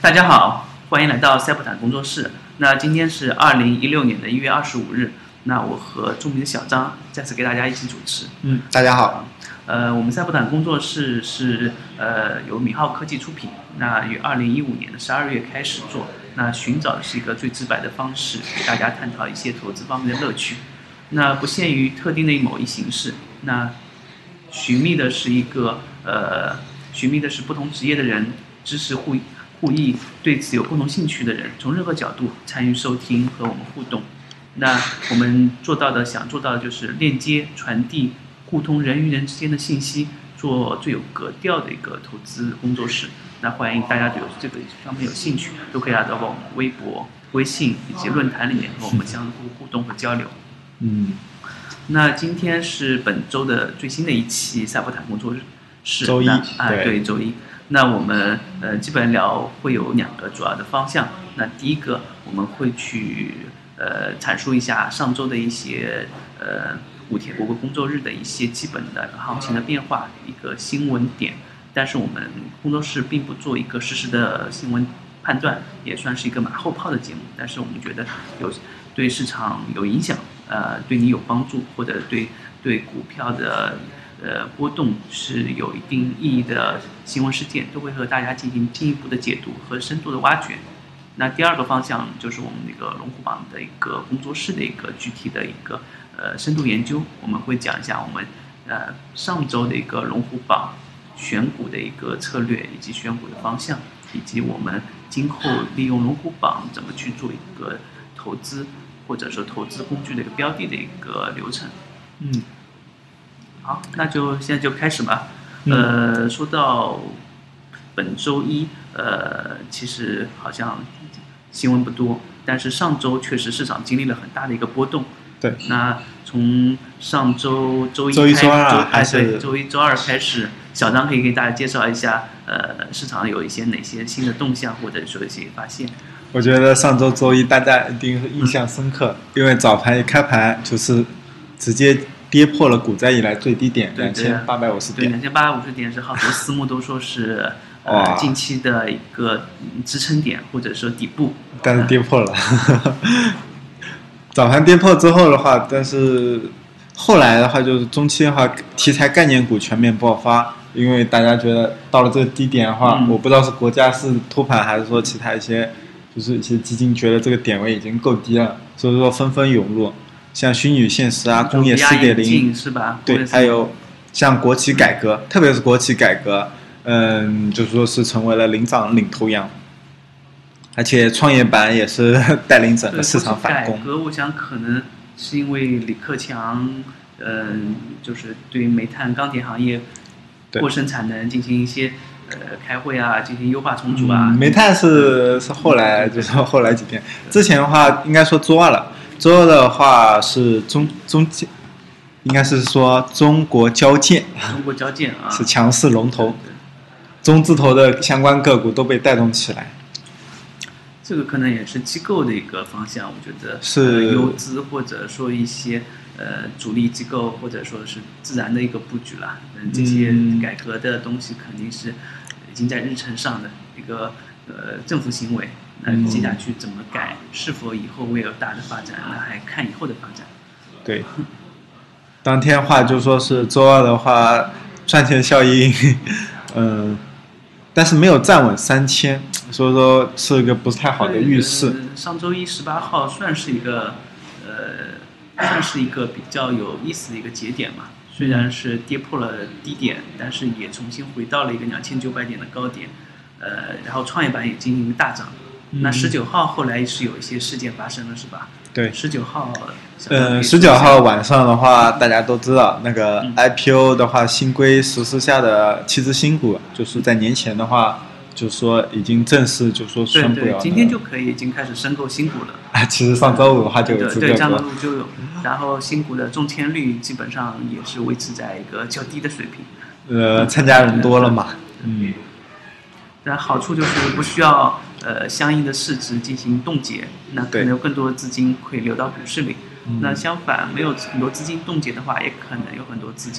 大家好，欢迎来到赛博坦工作室。那今天是2016年1月25日，那我和著名的小张再次给大家一起主持。 大家好。 我们赛博坦工作室是由米浩科技出品，那于2015年的12月开始做。那寻找的是一个最直白的方式，给大家探讨一些投资方面的乐趣。那不限于特定的某一形式，那寻觅的是不同职业的人，知识互益，对此有共同兴趣的人，从任何角度参与收听和我们互动。那我们想做到的就是链接、传递、互通人与人之间的信息，做最有格调的一个投资工作室。那欢迎大家对这个方面有兴趣，都可以来到我们微博、微信以及论坛里面和我们相互互动和交流。那今天是本周的最新的一期赛博坦工作室， 周一， 对，周一。那我们基本会有2个主要的方向。那第一个，我们会去阐述一下上周的一些5天国工作日的一些基本的行情的变化，一个新闻点。但是我们工作室并不做一个实时的新闻判断，也算是一个马后炮的节目。但是我们觉得对市场有影响，对你有帮助，或者对股票的波动是有一定意义的新闻事件，都会和大家进行进一步的解读和深度的挖掘。那第2个方向就是我们那个龙虎榜的一个工作室的一个具体的一个深度研究。我们会讲一下我们上周的一个龙虎榜选股的一个策略以及选股的方向，以及我们今后利用龙虎榜怎么去做一个投资，或者说投资工具的一个标的的一个流程。好，那现在就开始吧。说到本周一，其实好像新闻不多，但是上周确实市场经历了很大的一个波动。 对。 那从上周周一、 周一、 周二开始，小张可以给大家介绍一下，市场有一些哪些新的动向，或者说一些发现。 我觉得上周周一大家一定是印象深刻，因为早盘一开盘就是直接跌破了股灾以来最低点2850点。 对，2850点是好多私募都说是近期的一个支撑点或者说底部， 但是跌破了。早盘跌破之后的话，但是后来的话就是中期的话，题材概念股全面爆发，因为大家觉得到了这个低点的话，我不知道是国家是托盘还是说其他一些基金觉得这个点位已经够低了，所以说纷纷涌入，像虚拟现实啊、工业4.0 是吧？ 对，还有像国企改革，特别是国企改革，就是说是成为了领头羊。而且创业板也是带领整个市场反攻。 改革，我想可能是因为李克强，就是对煤炭、钢铁行业过剩产能进行一些开会啊，进行优化重组啊。 煤炭是后来，就是后来几天。之前的话，应该说周二了。周二的话是应该是说中国交建。 中国交建啊， 是强势龙头，中字头的相关个股都被带动起来。 这个可能也是机构的一个方向，我觉得是游资或者说一些主力机构或者说是自然的一个布局啦。这些改革的东西肯定是已经在日程上的一个政府行为。那接下去怎么改，是否以后会有大的发展，那还看以后的发展。 对，当天话就说是周二的话，赚钱效应，但是没有站稳3000，所以说是一个不太好的预示。 上周一18号算是一个比较有意思的一个节点嘛。虽然是跌破了低点，但是也重新回到了一个2900点的高点。然后创业板也进行大涨。那19号后来是有一些事件发生了，是吧？ 对。 19号晚上的话，大家都知道那个 IPO 的话，新规实施下的期指新股，就是在年前的话，就是说已经正式就说宣布了。 对，今天就可以已经开始申购新股了。 其实上周五的话就有资格。 对，上周五就有。然后新股的中签率基本上也是维持在一个较低的水平。 参加人多了嘛。 但好处就是不需要相应的市值进行冻结，那可能有更多的资金会流到股市里。那相反，没有很多资金冻结的话，也可能有很多资金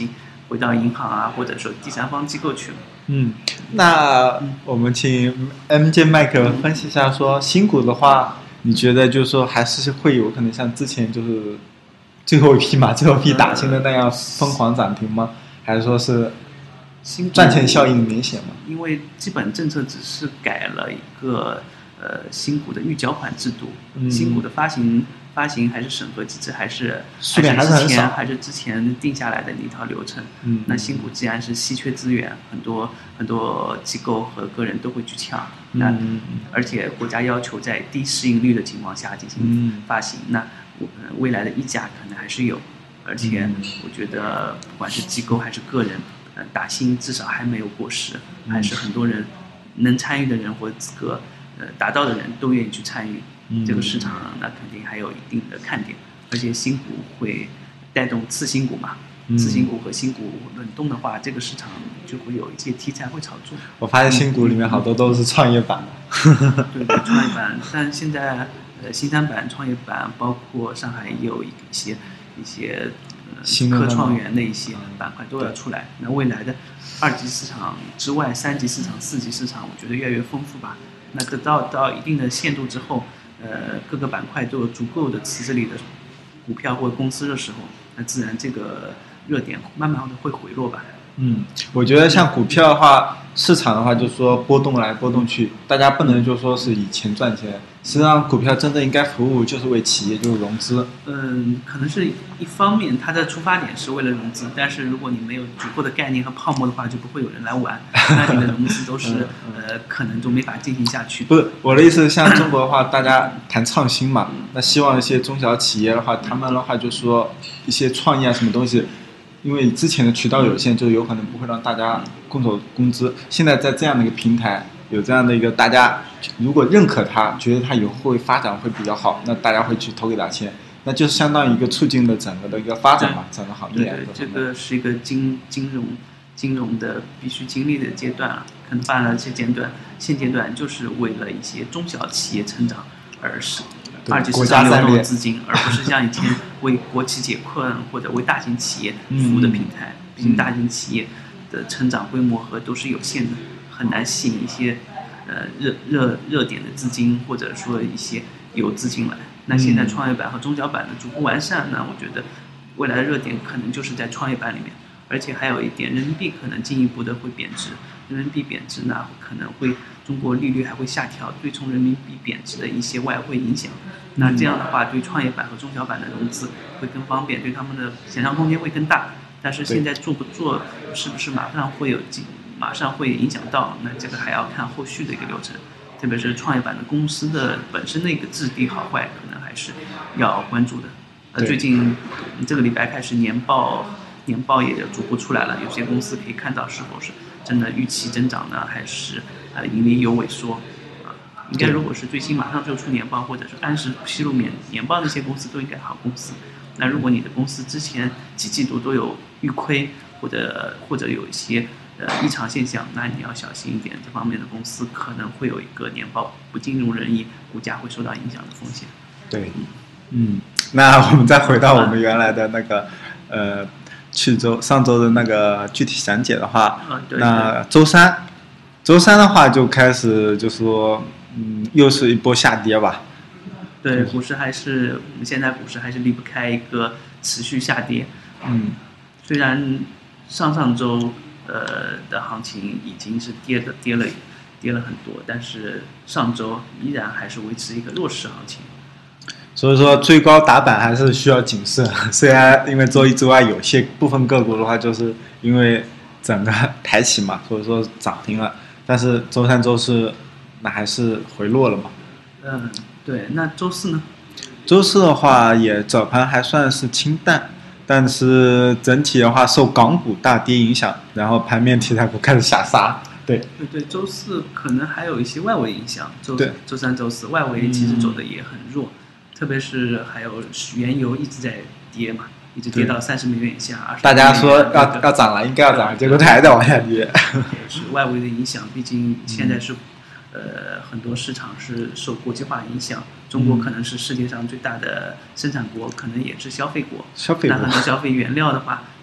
回到银行啊，或者说第三方机构去了。 那我们请 MJ 麦克分析一下，说新股的话，你觉得就是说还是会有可能像之前就是最后一批打新的那样疯狂涨停吗？还是说是赚钱效应明显吗？ 因为基本政策只是改了一个新股的预缴款制度，新股的发行还是审核机制还是之前定下来的一套流程。那新股既然是稀缺资源，很多机构和个人都会去抢。那而且国家要求在低市盈率的情况下进行发行，那未来的溢价可能还是有。而且我觉得不管是机构还是个人，打新至少还没有过时，还是很多人能参与的人或资格达到的人都愿意去参与。这个市场那肯定还有一定的看点，而且新股会带动次新股嘛，次新股和新股轮动的话，这个市场就会有一些题材会炒作。 我发现新股里面好多都是创业板的。 对，创业板，但现在新三板、创业板，包括上海也有一些科创园的一些板块都要出来。那未来的2级市场之外，3级市场、4级市场，我觉得越来越丰富吧。那到一定的限度之后，各个板块都有足够的池子里的股票或公司的时候，那自然这个热点慢慢的会回落吧。 我觉得像股票的话，市场的话就是说波动来波动去，大家不能就说是以钱赚钱。实际上，股票真正应该服务就是为企业就是融资。 可能是一方面，它的出发点是为了融资，但是如果你没有足够的概念和泡沫的话，就不会有人来玩，那你的融资都是可能就没法进行下去。 不是我的意思，像中国的话，大家谈创新嘛，那希望一些中小企业的话，他们的话就说一些创意啊什么东西。因为之前的渠道有限，就有可能不会让大家共走工资。现在在这样的一个平台，有这样的一个大家如果认可它，觉得它以后会发展会比较好，那大家会去投给他钱，那就是相当于一个促进了整个的一个发展嘛，整个行业。 对，这个是一个金融的必须经历的阶段了。可能办了这现阶段就是为了一些中小企业成长而是。2级市场流动资金，而不是像以前为国企解困或者为大型企业服务的平台。毕竟大型企业的成长规模和都是有限的，很难吸引一些热点的资金，或者说一些游资进来。那现在创业板和中小板的逐步完善呢，我觉得未来的热点可能就是在创业板里面。而且还有一点，人民币可能进一步的会贬值，人民币贬值呢，可能会中国利率还会下调，对冲人民币贬值的一些外汇影响。那这样的话，对创业板和中小板的融资会更方便，对他们的想象空间会更大。但是现在做不做，是不是马上会影响到？那这个还要看后续的一个流程。特别是创业板的公司的本身的一个质地好坏，可能还是要关注的。最近这个礼拜开始年报也逐步出来了，有些公司可以看到是否是真的预期增长呢，还是盈利有萎缩。应该如果是最新马上就出年报，或者是按时披露年报的一些公司都应该好公司。那如果你的公司之前几季度都有预亏，或者有一些异常现象，那你要小心一点，这方面的公司可能会有一个年报不尽如人意，股价会受到影响的风险。 对，那我们再回到我们原来的那个上周的那个具体详解的话，那周三的话就开始就说又是一波下跌吧。 对，我们现在股市还是离不开一个持续下跌。虽然上周的行情已经是跌了很多，但是上周依然还是维持一个弱势行情。 所以说追高打板还是需要谨慎。虽然因为周一之外有些部分个股的话，就是因为整个抬起嘛，所以说涨停了，但是周三周四那还是回落了嘛。 对，那周四呢？ 周四的话也早盘还算是清淡，但是整体的话受港股大跌影响，然后盘面题材股开始下杀。对， 周四可能还有一些外围影响。周三周四外围其实走的也很弱，特别是还有原油一直在跌嘛，一直跌到30美元以下。 大家说要涨了，应该要涨，结果它还在往下跌。 也是外围的影响，毕竟现在是很多市场是受国际化影响。中国可能是世界上最大的生产国，可能也是消费国。那很多消费原料的话，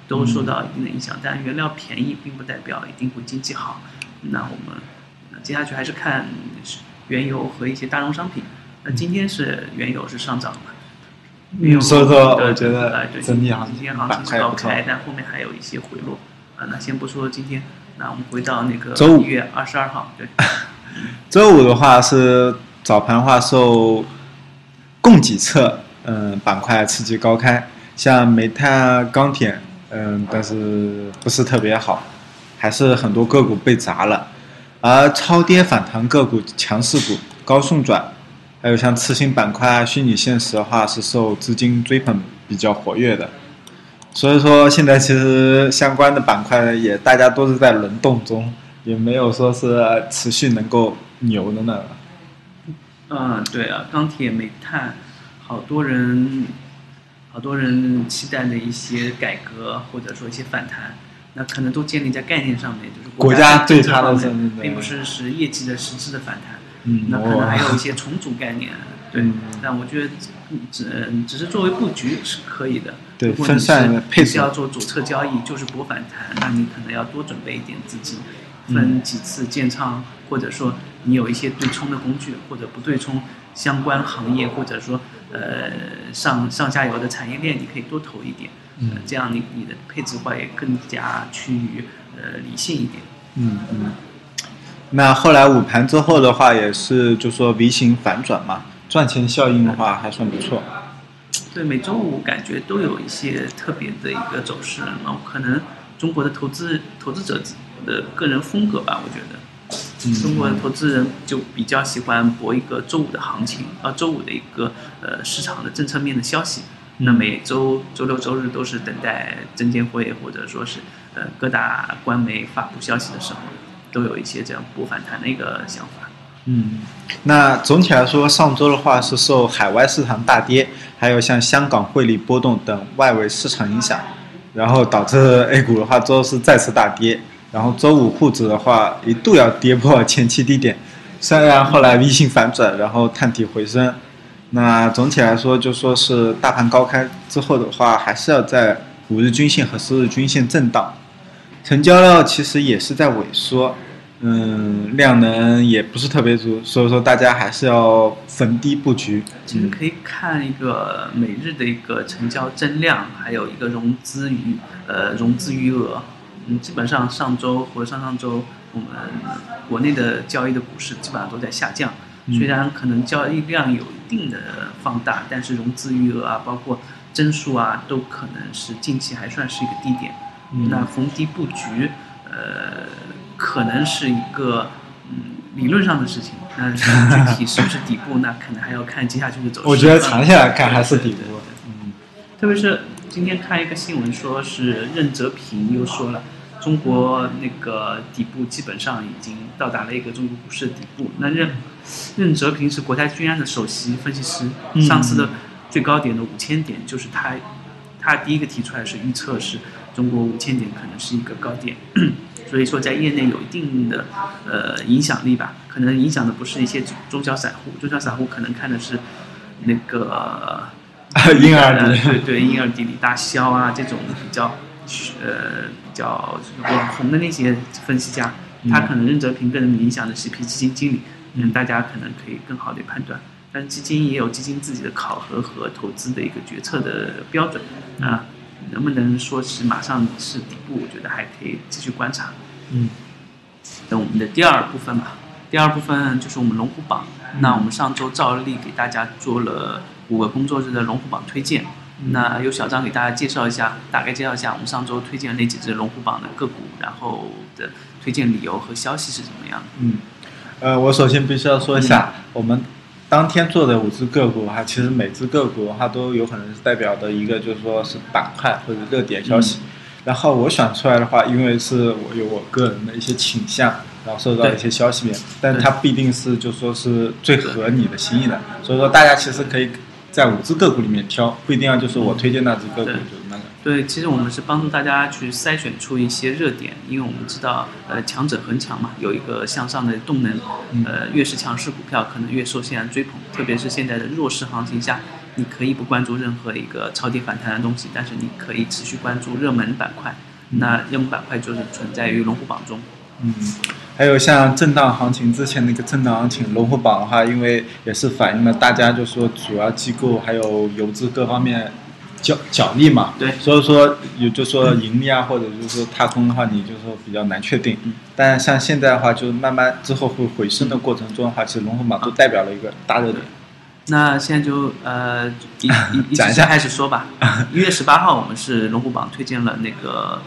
都受到一定的影响。但原料便宜并不代表一定会经济好。那我们接下去还是看原油和一些大宗商品。那今天是原油是上涨的， 所以说我觉得整体今天行情是高开，但后面还有一些回落。那先不说今天，那我们回到那个1月22号，对。 周五的话是早盘的话受供给侧板块刺激高开，像煤炭、钢铁但是不是特别好，还是很多个股被砸了。而超跌反弹个股、强势股、高送转，还有像次新板块、虚拟现实的话是受资金追捧比较活跃的。所以说现在其实相关的板块也大家都是在轮动中，也没有说是持续能够牛的呢。 对啊，钢铁、煤炭，好多人期待的一些改革或者说一些反弹，那可能都建立在概念上面，就是国家对它的并不是业绩的实质的反弹。那可能还有一些重组概念，对。但我觉得只是作为布局是可以的。 对，分散配置。 是要做左侧交易，就是博反弹，那你可能要多准备一点资金，分几次建仓，或者说你有一些对冲的工具，或者不对冲相关行业，或者说上下游的产业链，你可以多投一点。这样你的配置化也更加趋于理性一点。 那后来午盘之后的话，也是就说 V 型反转嘛，赚钱效应的话还算不错。 对，每周五感觉都有一些特别的一个走势，可能中国的投资者的个人风格吧，我觉得，中国的投资人就比较喜欢博一个周五的行情，周五的一个市场的政策面的消息。那每周六周日都是等待证监会或者说是各大官媒发布消息的时候，都有一些这样博反弹的一个想法。 那总体来说，上周的话是受海外市场大跌，还有像香港汇率波动等外围市场影响，然后导致 A 股的话周四再次大跌，然后周五沪指的话一度要跌破前期低点，虽然后来 V 型反转，然后探底回升。那总体来说，就说是大盘高开之后的话，还是要在5日均线和10日均线震荡，成交量其实也是在萎缩。量能也不是特别足，所以说大家还是要逢低布局。 其实可以看一个每日的一个成交增量，还有一个融资余额。基本上上周或者上上周，我们国内的交易的股市基本上都在下降。虽然可能交易量有一定的放大，但是融资余额啊，包括增速啊，都可能是近期还算是一个低点。那逢低布局，可能是一个理论上的事情，那具体是不是底部，那可能还要看接下去的走势。 我觉得长下来看还是底部。 特别是今天看一个新闻，说是任泽平又说了，中国那个底部基本上已经到达了一个中国股市的底部。那任泽平是国泰君安的首席分析师，上次的最高点的5000点，就是他第一个提出来是预测是中国5000点可能是一个高点。所以说在业内有一定的影响力吧，可能影响的不是一些中小散户可能看的是那个婴儿底， 对婴儿底里大销啊这种比较网红的那些分析家，他可能任泽平个人影响的是一批基金经理，大家可能可以更好的判断。但是基金也有基金自己的考核和投资的一个决策的标准啊。能不能说是马上是底部，我觉得还可以继续观察。等我们的第二部分吧。第二部分就是我们龙虎榜。那我们上周照例给大家做了5个工作日的龙虎榜推荐。那由小张给大家大概介绍一下我们上周推荐的那几只龙虎榜的个股，然后的推荐理由和消息是怎么样的。我首先必须要说一下，我们当天做的5只个股哈，其实每只个股它都有可能是代表的一个就是说是板块或者热点消息。然后我选出来的话，因为是我有我个人的一些倾向，然后受到一些消息面，但它必定是就说是最合你的心意的。所以说大家其实可以在5只个股里面挑，不一定要就是我推荐那只个股就是那个。 对，其实我们是帮助大家去筛选出一些热点，因为我们知道，强者恒强嘛，有一个向上的动能，越是强势股票可能越受现在追捧，特别是现在的弱势行情下，你可以不关注任何一个超跌反弹的东西，但是你可以持续关注热门板块，那热门板块就是存在于龙虎榜中。 还有像震荡行情之前那个震荡行情，龙虎榜的话，因为也是反映了大家就说主要机构还有游资各方面角力嘛， 对， 所以说有就说盈利啊，或者就是说踏空的话，你就说比较难确定。但像现在的话，就慢慢之后会回升的过程中的话，其实龙虎榜都代表了一个大热点。 那现在就讲一下开始说吧。1月18号，我们是龙虎榜推荐了那个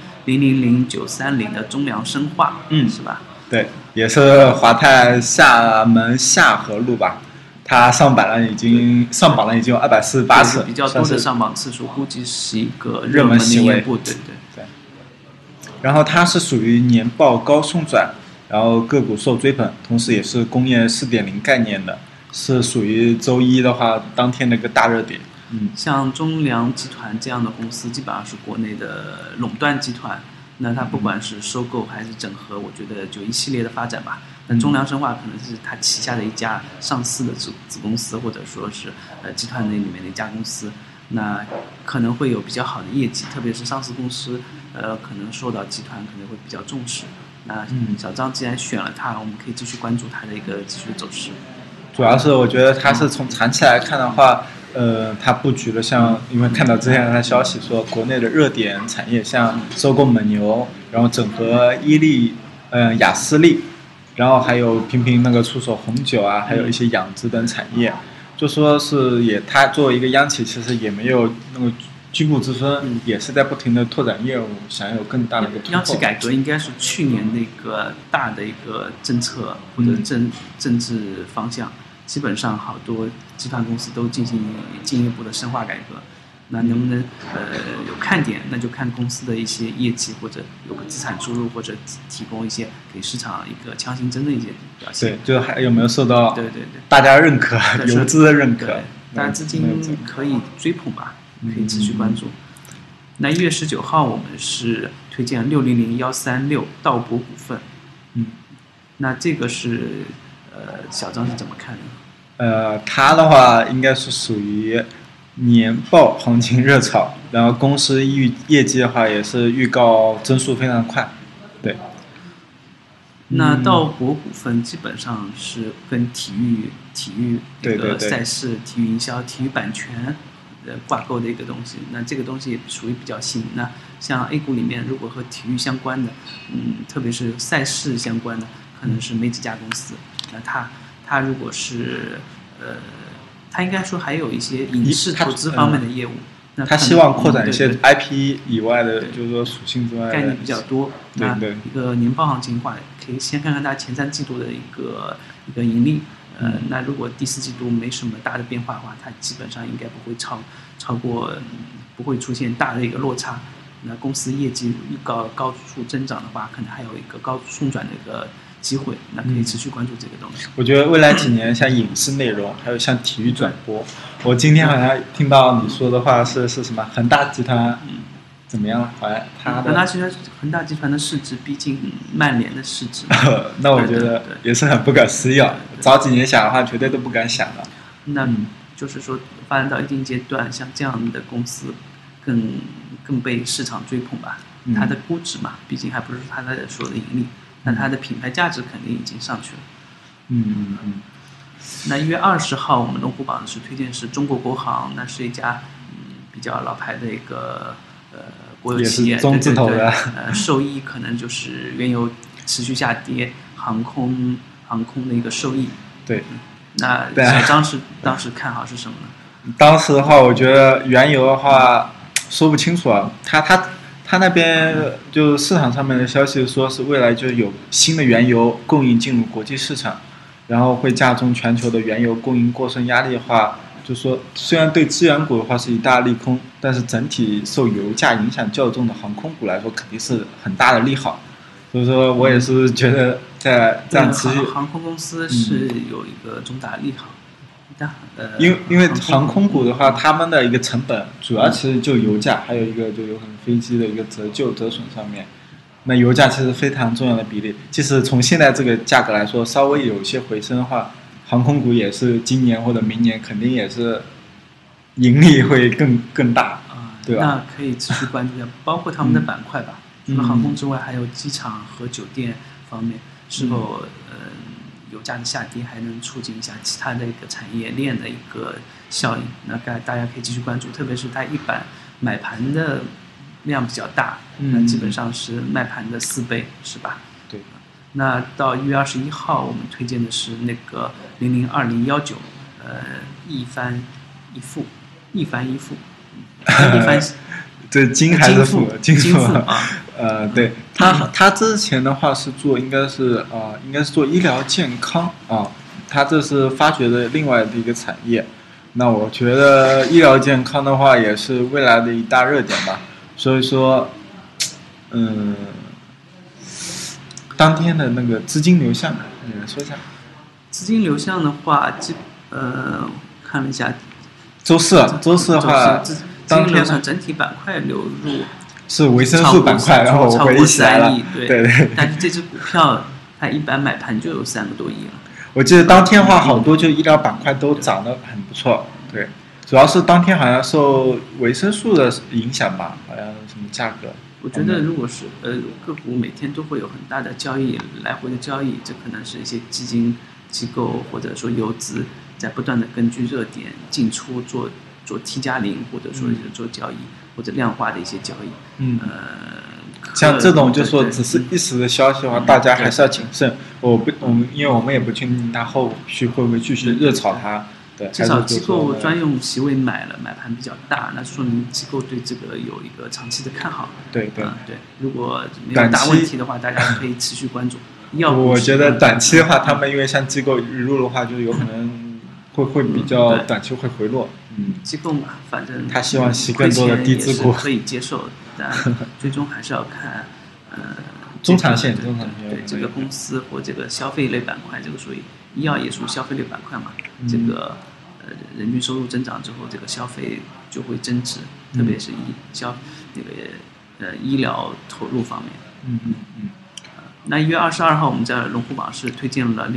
000930的中粮生化，是吧？ 对，也是华泰厦门下河路吧。它上榜了已经有248次， 比较多的上榜次数，估计是一个热门的业务，对。 然后它是属于年报高送转，然后个股受追捧，同时也是工业4.0概念的，是属于周一的话当天的一个大热点。 像中粮集团这样的公司，基本上是国内的垄断集团。那它不管是收购还是整合，我觉得就一系列的发展吧。那中粮生化可能是它旗下的一家上市的子公司，或者说是集团内里面的一家公司，那可能会有比较好的业绩，特别是上市公司，可能受到集团可能会比较重视。那小张既然选了它，我们可以继续关注它的一个继续走势。 主要是我觉得它是从长期来看的话。它布局了像，因为看到之前的消息说，国内的热点产业像收购蒙牛，然后整合伊利，雅士利，然后还有频频那个出手红酒啊，还有一些养殖等产业，就说是它作为一个央企，其实也没有那个居步之分，也是在不停的拓展业务，想有更大的一个突破。 央企改革应该是去年的一个大的一个政策或者政治方向。基本上好多集团公司都进行进一步的深化改革，那能不能有看点，那就看公司的一些业绩或者有个资产注入，或者提供一些给市场一个强行针的一些表现。 对，就还有没有受到对大家认可，游资的认可？ 当然资金可以追捧吧，可以持续关注。那1月19号我们是推荐600136道博股份，那这个是小张是怎么看的？ 它的话应该是属于年报行情热炒，然后公司业绩的话也是预告增速非常快，对。 那道博股份基本上是跟体育这个赛事、体育营销、体育版权挂钩的一个东西。那这个东西也属于比较新。那像 A 股里面，如果和体育相关的，特别是赛事相关的，可能是没几家公司。那它如果是它应该说还有一些影视投资方面的业务。那他希望扩展一些 IP 以外的，就是说属性之外的概念比较多。 对。 一个年报行情的话，可以先看看它前3季度的一个盈利。那如果第4季度没什么大的变化的话，它基本上应该不会超过，不会出现大的一个落差。那公司业绩预告高速增长的话，可能还有一个高速送转的一个机会，那可以持续关注这个东西。 我觉得未来几年像影视内容，还有像体育转播，我今天好像听到你说的话是什么？恒大集团怎么样了？好像恒大集团的市值逼近曼联的市值。 那我觉得也是很不可思议啊！早几年想的话，绝对都不敢想的。 那就是说，发展到一定阶段，像这样的公司更被市场追捧吧。它的估值嘛，毕竟还不是它的所有的盈利。那它的品牌价值肯定已经上去了。那1月20号，我们龙虎榜是推荐是中国国航，那是一家比较老牌的一个国有企业， 也是中字头的。 受益可能就是原油持续下跌，航空的一个受益。 对。 那小张是当时看好是什么呢？ 当时的话，我觉得原油的话说不清楚啊，他那边就市场上面的消息说是未来就有新的原油供应进入国际市场，然后会加重全球的原油供应过剩压力的话，就说虽然对资源股的话是一大利空，但是整体受油价影响较重的航空股来说肯定是很大的利好。所以说我也是觉得在这样持续， 航空公司是有一个重大利好。 但因为航空股的话，他们的一个成本主要其实就油价，还有一个就有可能飞机的一个折损上面。那油价其实非常重要的比例，即使从现在这个价格来说，稍微有一些回升的话，航空股也是今年或者明年肯定也是盈利会更大，对吧？ 那可以持续关注一下，包括他们的板块吧。除了航空之外，还有机场和酒店方面，是否油价的下跌还能促进一下其他的一个产业链的一个效应？那大家可以继续关注，特别是它一板买盘的量比较大，那基本上是卖盘的4倍，是吧？ 对。 那到1月21号，我们推荐的是那个002019，一帆一付， 这金还是付？ 金付啊。 对，他之前的话是做应该是做医疗健康啊，他这是发掘的另外的一个产业。那我觉得医疗健康的话也是未来的一大热点吧。所以说，当天的那个资金流向，你来说一下。 资金流向的话，看了一下， 周四的话，当天呢整体板块流入是维生素板块，然后我回忆起来了，对。 但是这只股票它一般买盘就有3个多亿了。 我记得当天的话，好多就医疗板块都涨得很不错，对。主要是当天好像受维生素的影响吧，好像什么价格。 我觉得如果是个股每天都会有很大的交易，来回的交易，这可能是一些基金机构或者说游资在不断的根据热点进出做 T+0，或者说做交易或者量化的一些交易。 像这种就说只是一时的消息的话，大家还是要谨慎。因为我们也不确定它后续会不会继续热炒它。对， 至少机构专用席位买盘比较大，那说明机构对这个有一个长期的看好。 对。 如果没有大问题的话，大家可以持续关注。 我觉得短期的话，他们因为像机构入入的话，就有可能会比较短期会回落。 机构嘛，反正他希望吸更多的低资股， 可以接受，但最终还是要看中长线。 对这个公司或这个消费类板块，这个属于医药也属于消费类板块嘛，这个人均收入增长之后，这个消费就会增值，特别是医疗投入方面。那1月22号，我们在龙虎榜是推荐了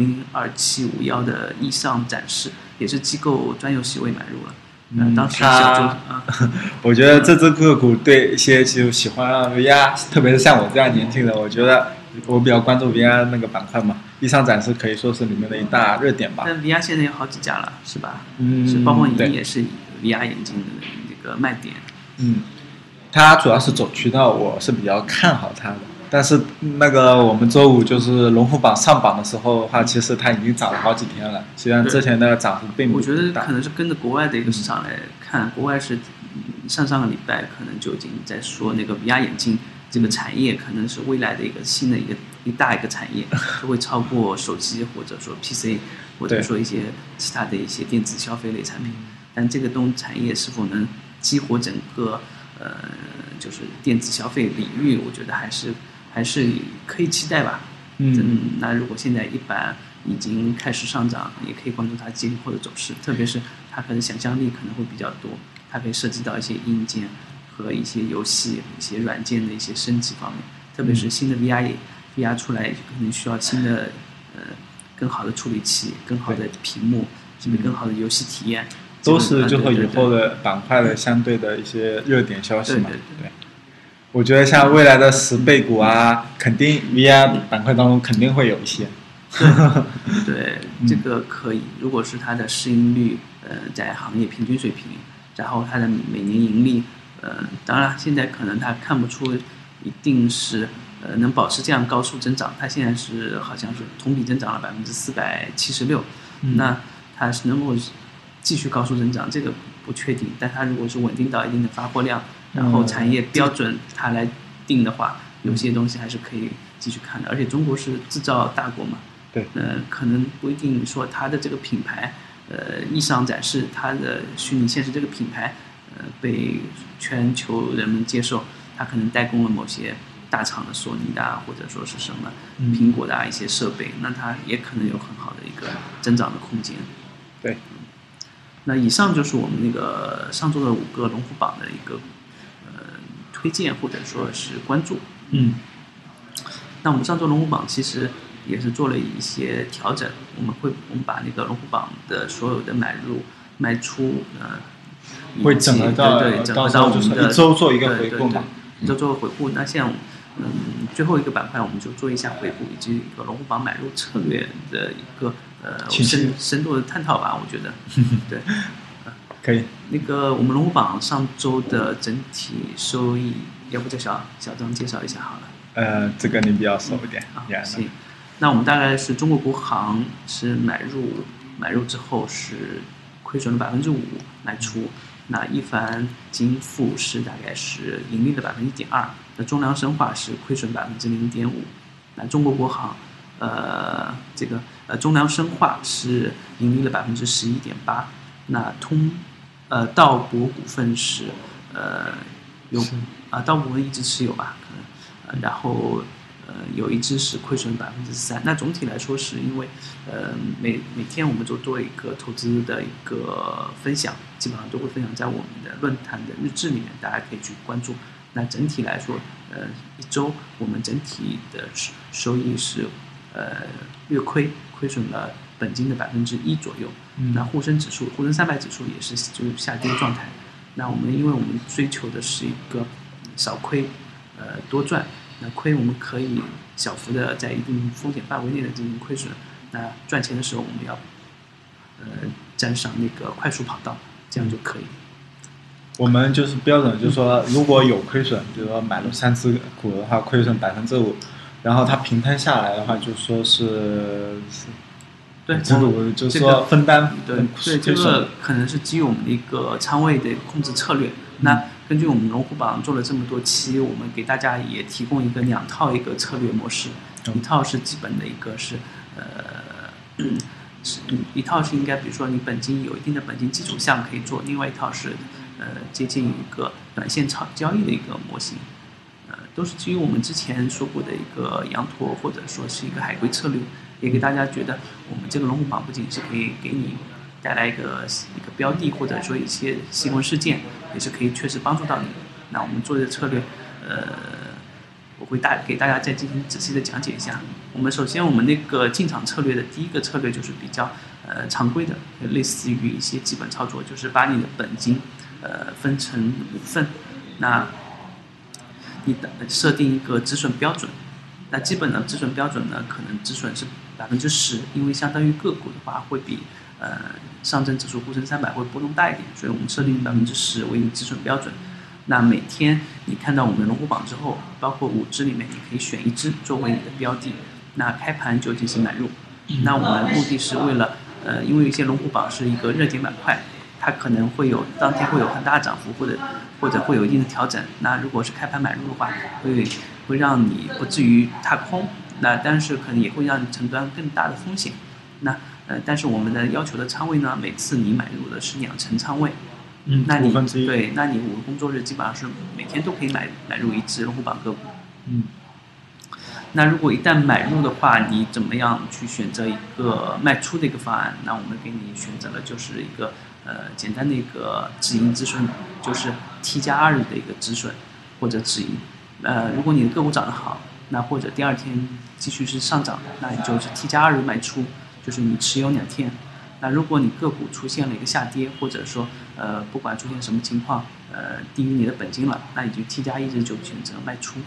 02751的易尚展示，也是机构专有席位买入了。当时我觉得这只个股对一些就喜欢 VR， 特别是像我这样年轻人，我觉得我比较关注 VR 那个板块嘛。易尚展示可以说是里面的一大热点吧。 但 VR 现在有好几家了，是吧？是包括你也是 VR 眼镜的那个卖点。 它主要是走渠道，我是比较看好它的。但是那个我们周五就是龙虎榜上榜的时候的话，其实它已经涨了好几天了。虽然之前的涨幅并不大。 我觉得可能是跟着国外的一个市场来看，国外是上个礼拜可能就已经在说那个 VR 眼镜这个产业可能是未来的一个新的一大产业，就会超过手机或者说 PC 或者说一些其他的一些电子消费类产品。但这个产业是否能激活整个就是电子消费领域，我觉得还是可以期待吧。那如果现在一板已经开始上涨，也可以关注它今后的走势，特别是它可能想象力可能会比较多，它可以涉及到一些硬件和一些游戏、一些软件的一些升级方面，特别是新的 VR 出来，可能需要新的更好的处理器、更好的屏幕，甚至更好的游戏体验， 都是最后以后的板块的相对的一些热点消息嘛。对。我觉得像未来的10倍股啊，肯定 VR 板块当中肯定会有一些。 对，这个可以。如果是它的市盈率在行业平均水平，然后它的每年盈利当然现在可能它看不出一定是能保持这样高速增长，它现在是好像是同比增长了476%。那它是能够继续高速增长，这个不确定。但它如果是稳定到一定的发货量，然后产业标准它来定的话，有些东西还是可以继续看的。而且中国是制造大国嘛， 对， 可能不一定说它的这个品牌，易尚展示它的虚拟现实这个品牌，被全球人们接受，它可能代工了某些大厂的索尼的或者说是什么苹果的一些设备，那它也可能有很好的一个增长的空间。 对。 那以上就是我们那个上周的5个龙虎榜的一个推荐或者说是关注。那我们上周龙虎榜其实也是做了一些调整，我们把那个龙虎榜的所有的买入卖出会整合到我们的一周做一个回顾嘛， 一周做回顾。那像最后一个板块我们就做一下回顾，以及一个龙虎榜买入策略的一个深度的探讨吧，我觉得对。 可以。 那个我们龙虎榜上周的整体收益，要不叫小张介绍一下好了。 这个你比较熟一点。 行。那我们大概是中国国航是买入之后是亏损了5%卖出，那一帆金富是大概是盈利的1.2%，那中粮神话是亏损0.5%，那中国国航中粮神话是盈利了11.8%，那道博股份是道博股份一直持有吧，可能然后有一只是亏损3%。那总体来说是因为每天我们就做一个投资的一个分享，基本上都会分享在我们的论坛的日志里面，大家可以去关注。那整体来说一周我们整体的收益是略亏损了本金的1%左右。那沪深300指数也是就是下跌状态。那因为我们追求的是一个少亏多赚，那亏我们可以小幅的在一定风险范围内的进行亏损，那赚钱的时候我们要沾上那个快速跑道，这样就可以。 我们就是标准，就是说如果有亏损，比如说买了3只股的话，亏损5%，然后它平摊下来的话，就说是对， 就是说分担对，这个可能是基于我们的一个仓位的控制策略。那根据我们龙虎榜做了这么多期，我们给大家也提供一个2套一个策略模式，一套是基本的一个是一套是应该比如说你本金有一定的本金基础项可以做，另外一套是接近一个短线交易的一个模型，都是基于我们之前说过的一个羊驼或者说是一个海龟策略，也给大家觉得我们这个龙虎榜不仅是可以给你带来一个标的或者说一些新闻事件，也是可以确实帮助到你。那我们做的策略我会给大家再进行仔细的讲解一下。首先我们那个进场策略的第一个策略就是比较常规的，类似于一些基本操作，就是把你的本金分成5份，那你设定一个止损标准。那基本的止损标准呢，可能止损是10%，因为相当于个股的话会比上证指数沪深300会波动大一点，所以我们设定10%为你止损标准。那每天你看到我们的龙虎榜之后，包括5只里面你可以选1只作为你的标的，那开盘就进行买入。那我们目的是为了因为一些龙虎榜是一个热点板块，它可能当天会有很大的涨幅，或者会有一定的调整。那如果是开盘买入的话，会让你不至于踏空，那但是可能也会让你承担更大的风险。那但是我们的要求的仓位呢，每次你买入的是2成仓位。那你对，那你5个工作日基本上是每天都可以买入1只龙虎榜个股。那如果一旦买入的话，你怎么样去选择一个卖出的一个方案？那我们给你选择的就是一个简单的一个止盈止损，就是 T+2 日的一个止损或者止盈。如果你的个股涨得好，那或者第2天继续是上涨，那你就是 T+2 日卖出，就是你持有2天。那如果你个股出现了一个下跌，或者说不管出现什么情况，低于你的本金了，那你就 T+1 日就选择卖出。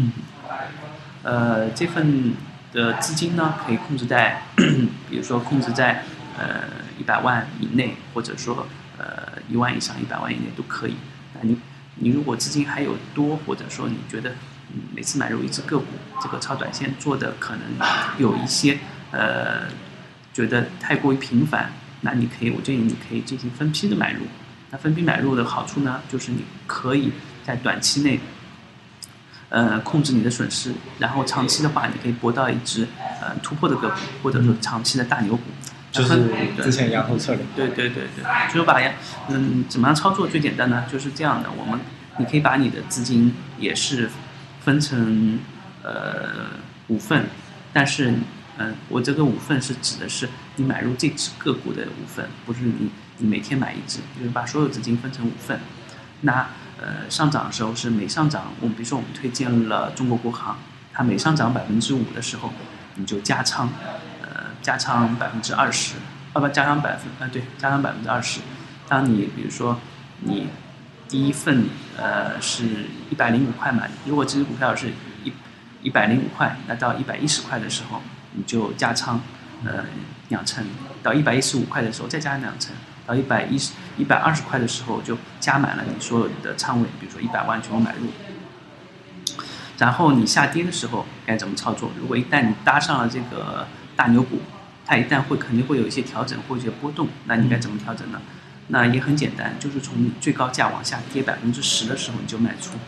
这份的资金呢，可以控制在比如说控制在100万以内，或者说1万以上100万以内都可以。那你如果资金还有多，或者说你觉得每次买入1只个股，这个超短线做的可能有一些觉得太过于频繁，那我建议你可以进行分批的买入。那分批买入的好处呢，就是你可以在短期内控制你的损失，然后长期的话，你可以博到1只突破的个股，或者说长期的大牛股。 就是之前羊驼策略。 对，就是怎么样操作最简单呢？就是这样的，你可以把你的资金也是分成5份，但是我这个5份是指的是你买入这只个股的5份，不是你你每天买一只，就是把所有资金分成5份。那上涨的时候是每上涨，比如说我们推荐了中国国航，它每上涨5%的时候，你就加仓20%，加仓20%。当你比如说你第一份是105块嘛，如果这只股票是105块，那到110块的时候，你就加仓2成，到115块的时候再加2成，到120块的时候就加满了你所有的仓位，比如说100万全部买入。然后你下跌的时候该怎么操作？如果一旦你搭上了这个大牛股，它一旦肯定会有一些调整或一些波动，那你该怎么调整呢？那也很简单，就是从你最高价往下跌10%的时候你就卖出。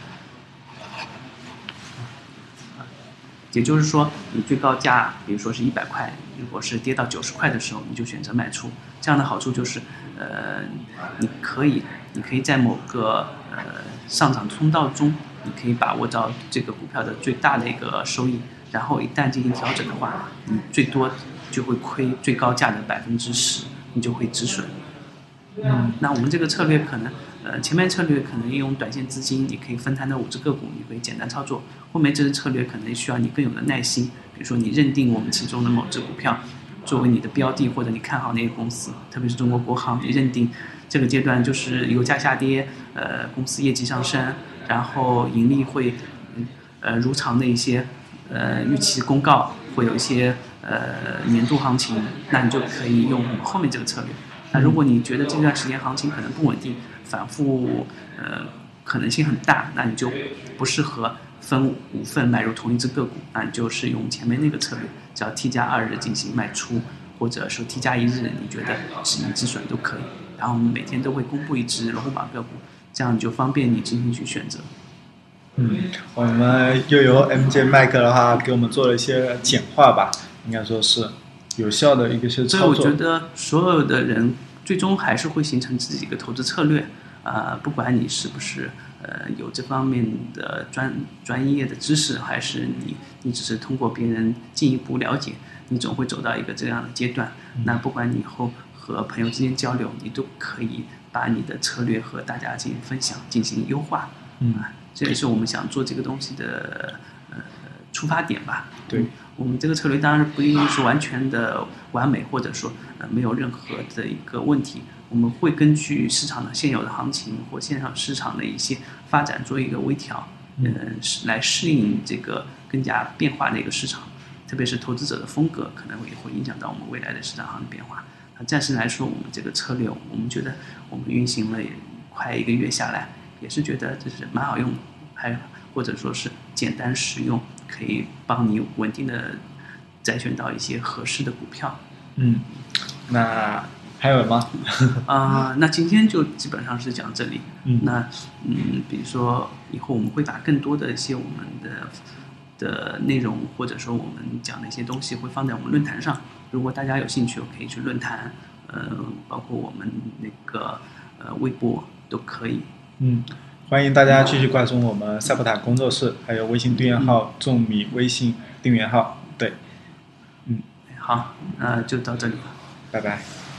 也就是说，你最高价，比如说是100块，如果是跌到90块的时候，你就选择卖出。这样的好处就是，你可以在某个上涨通道中，你可以把握到这个股票的最大的一个收益。然后一旦进行调整的话，你最多就会亏最高价的10%，你就会止损。那我们这个策略可能，前面策略可能用短线资金，你可以分摊到5只个股，你可以简单操作。后面这支策略可能需要你更有的耐心，比如说你认定我们其中的某只股票作为你的标的，或者你看好那个公司，特别是中国国航，你认定这个阶段就是油价下跌，公司业绩上升，然后盈利会如常的一些预期公告，会有一些年度行情，那你就可以用我们后面这个策略。那如果你觉得这段时间行情可能不稳定，反复可能性很大，那你就不适合分5份买入同一只个股，那你就是用前面那个策略，只要 T+2 日进行卖出，或者说 T+1 日你觉得止盈止损都可以。然后我们每天都会公布一只龙虎榜个股，这样就方便你进行去选择。 我们又由 MJ 麦克的话给我们做了一些简化吧，应该说是有效的一个操作。 所以我觉得所有的人最终还是会形成自己一个投资策略，不管你是不是有这方面的专业的知识，还是你只是通过别人进一步了解，你总会走到一个这样的阶段。那不管你以后和朋友之间交流，你都可以把你的策略和大家进行分享，进行优化。这也是我们想做这个东西的出发点吧。 对， 我们这个策略当然不一定是完全的完美，或者说没有任何的一个问题。我们会根据市场的现有的行情或线上市场的一些发展做一个微调，来适应这个更加变化的一个市场。特别是投资者的风格可能也会影响到我们未来的市场行情变化。暂时来说，我们这个策略，我们觉得我们运行了也快1个月下来，也是觉得这是蛮好用的，还或者说是简单实用，可以帮你稳定的摘选到一些合适的股票。 那还有吗？ 那今天就基本上是讲这里。那比如说以后我们会把更多的一些我们的内容，或者说我们讲的一些东西会放在我们论坛上。如果大家有兴趣，可以去论坛，包括我们那个微博都可以。 欢迎大家继续关注我们赛博坦工作室，还有微信订阅号、众米微信订阅号。对， 好，那就到这里了， 拜拜。